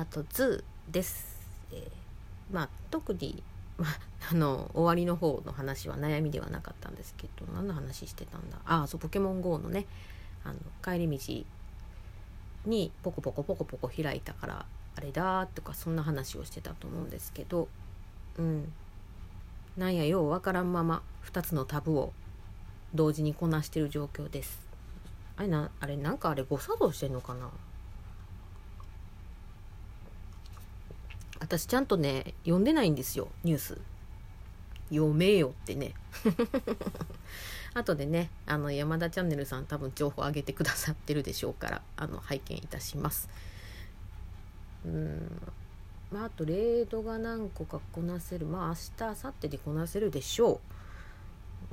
ト2です。特に、終わりの方の話は悩みではなかったんですけど、何の話してたんだ。そう、ポケモン GO のね、帰り道にポコポコ開いたからあれだとか、そんな話をしてたと思うんですけど、なんやようわからんまま2つのタブを同時にこなしてる状況です。あれなんか誤作動してんのかな。私ちゃんとね読んでないんですよ、ニュース。読めよってね後でね山田チャンネルさん多分情報上げてくださってるでしょうから拝見いたします。あとレードが何個かこなせる。明日明後日でこなせるでしょう。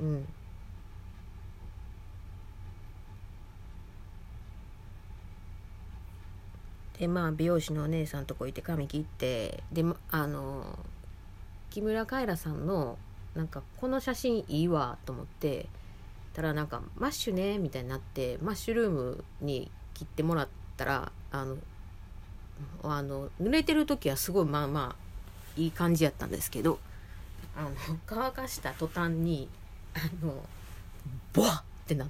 で美容師のお姉さんとこ行って髪切って、で木村カエラさんのなんかこの写真いいわと思ってたら、なんかマッシュねみたいになって、マッシュルームに切ってもらったら濡れてる時はすごいいい感じやったんですけど、乾かした途端にボワッってなって、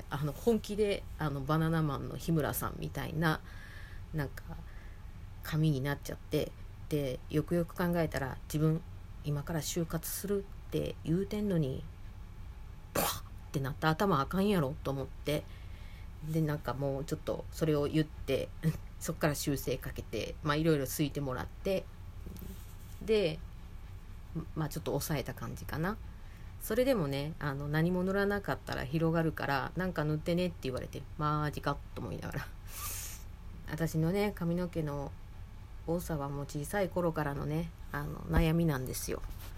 本気でバナナマンの日村さんみたいななんか髪になっちゃって、でよくよく考えたら、自分今から就活するって言うてんのにボワッってなった。頭あかんやろと思って、でなんかもうちょっとそれを言ってそっから修正かけていろいろすいてもらって、でちょっと抑えた感じかな。それでもね何も塗らなかったら広がるから、なんか塗ってねって言われて、マジかと思いながら私のね髪の毛の多さはもう小さい頃からのね悩みなんですよ。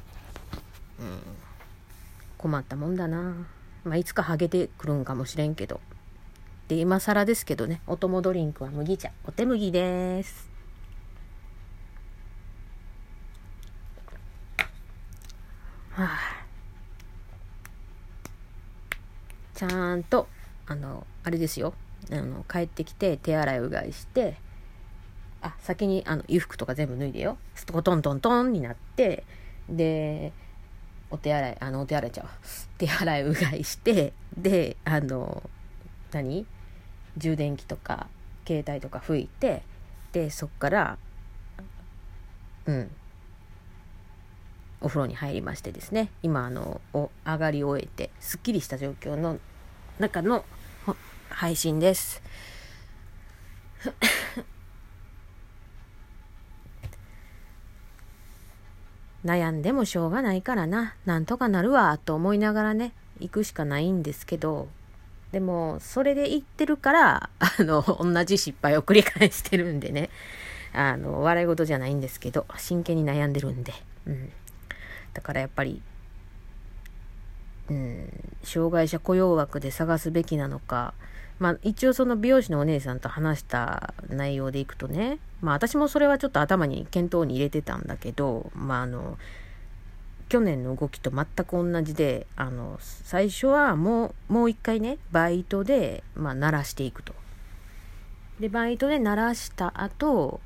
困ったもんだな。いつかハゲてくるんかもしれんけど。で今更ですけどね、お供ドリンクは麦茶、お手麦です。ちゃんとあれですよ、帰ってきて手洗いうがいして、先に衣服とか全部脱いでよ、トントントンになって、で手洗いうがいして、で充電器とか携帯とか拭いて、でそっからお風呂に入りましてですね、今上がり終えてすっきりした状況の中の配信です悩んでもしょうがないからなんとかなるわと思いながらね行くしかないんですけど、でもそれで行ってるから同じ失敗を繰り返してるんでね、笑い事じゃないんですけど、真剣に悩んでるんで、だからやっぱり障害者雇用枠で探すべきなのか。一応その美容師のお姉さんと話した内容でいくとね、私もそれはちょっと頭に検討に入れてたんだけど、去年の動きと全く同じで、最初はもう一回ねバイトで慣らしていくと。でバイトで慣らした後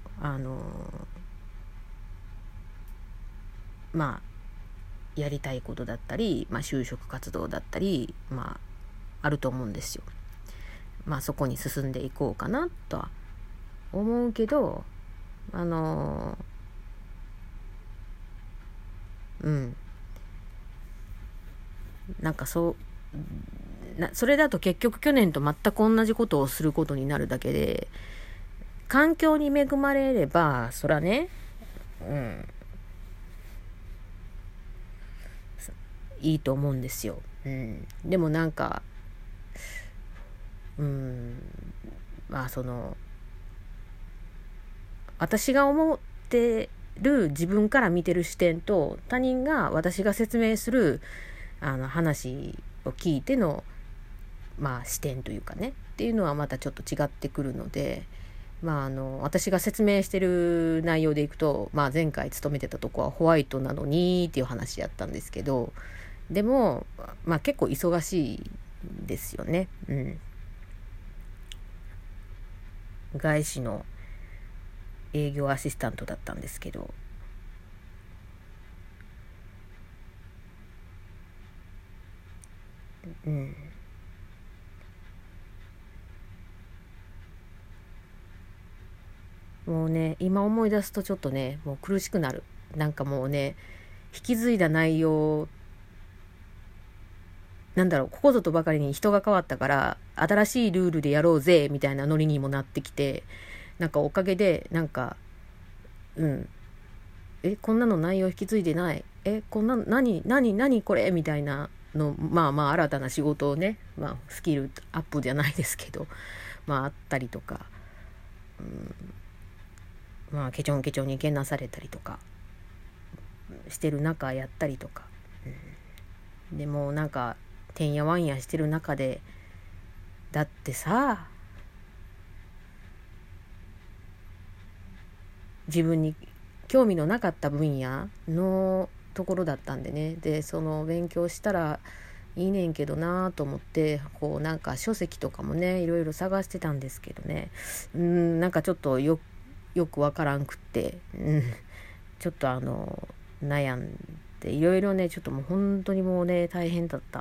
やりたいことだったり、就職活動だったりあると思うんですよ。そこに進んでいこうかなとは思うけど、なんかそれだと結局去年と全く同じことをすることになるだけで、環境に恵まれればそらねいいと思うんですよ。でもなんか私が思ってる自分から見てる視点と、他人が私が説明する話を聞いての視点というかねっていうのはまたちょっと違ってくるので、私が説明してる内容でいくと、前回勤めてたとこはホワイトなのにっていう話やったんですけど、でも結構忙しいですよね。外資の営業アシスタントだったんですけど、もうね、今思い出すとちょっとね、もう苦しくなる。なんかもうね、引き継いだ内容、ここぞとばかりに人が変わったから新しいルールでやろうぜみたいなノリにもなってきて、おかげでこんなの内容引き継いでない、こんなの何これみたいなの、新たな仕事をね、スキルアップじゃないですけど、あったりとか、ケチョンケチョンにけなされたりとかしてる中やったりとか、でもてんやわんやしてる中で、だってさ、自分に興味のなかった分野のところだったんでね、でその勉強したらいいねんけどなと思って、書籍とかもねいろいろ探してたんですけどね、ちょっとよくわからんくって、ちょっと悩んでいろいろね、ちょっともう本当にもうね大変だった。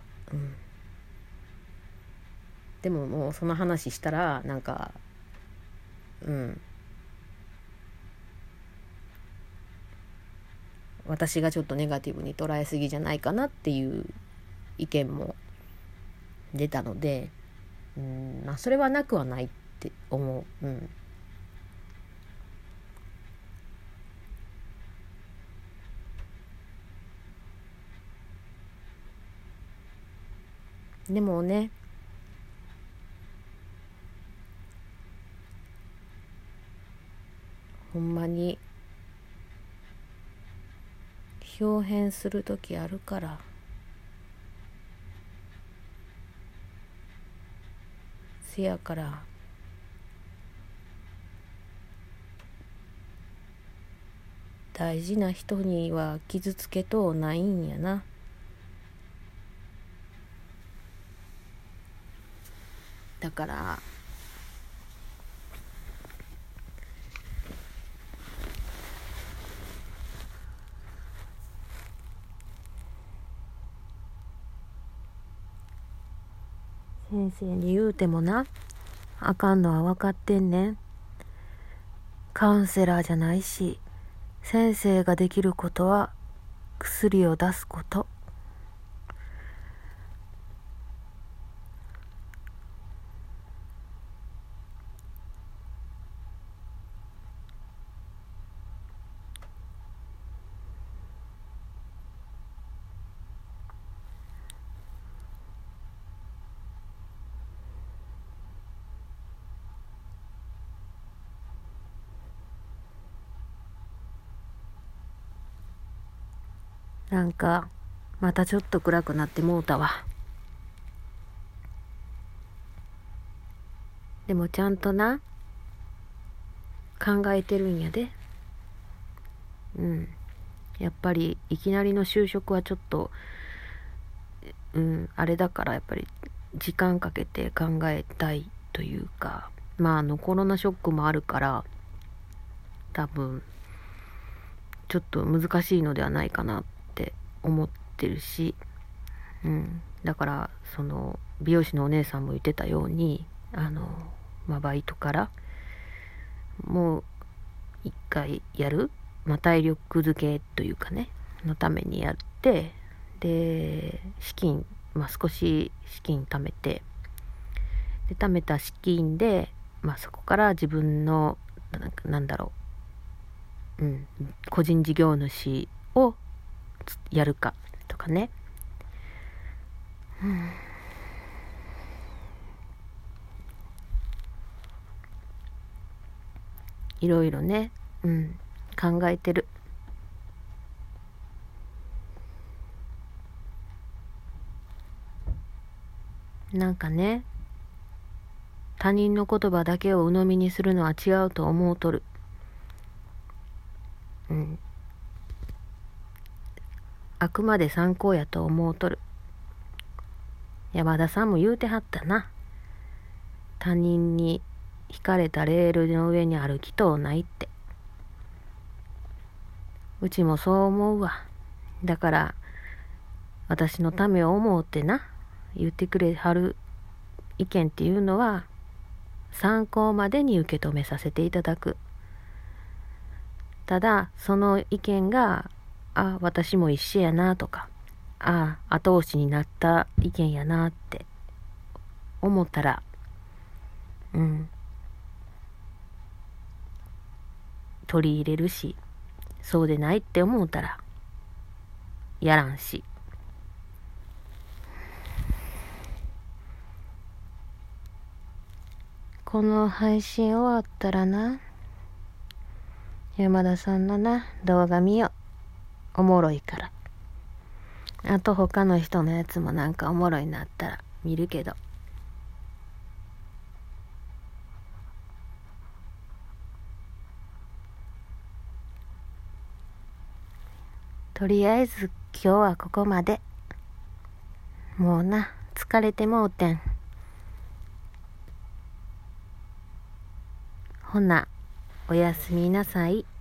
でももうその話したら私がちょっとネガティブに捉えすぎじゃないかなっていう意見も出たので、それはなくはないって思う。でもね、ほんまに表変する時あるから、せやから大事な人には傷つけとうないんやな。だから先生に言うてもな、あかんのは分かってんねん。カウンセラーじゃないし、先生ができることは薬を出すこと。またちょっと暗くなってもうたわ。でもちゃんとな、考えてるんやで。やっぱりいきなりの就職はちょっとあれだから、やっぱり時間かけて考えたいというか、コロナショックもあるから多分ちょっと難しいのではないかなって思ってるし、だからその美容師のお姉さんも言ってたように、バイトからもう一回やる、体力づけというかねのためにやって、で少し資金貯めて、で貯めた資金で、そこから自分の個人事業主をやるかとかね、いろいろね、考えてる。ね、他人の言葉だけを鵜呑みにするのは違うと思うとる。あくまで参考やと思うとる。山田さんも言うてはったな。他人に引かれたレールの上に歩きとうないって。 うちもそう思うわ。だから私のためを思うってな言ってくれはる意見っていうのは参考までに受け止めさせていただく。ただその意見が私も一緒やなとか後押しになった意見やなって思ったら取り入れるし、そうでないって思ったらやらんし。この配信終わったらな、山田さんのな動画見よう。おもろいから。あと他の人のやつもなんかおもろいなったら見るけど。とりあえず今日はここまで。もうな疲れてもうてん。ほなおやすみなさい。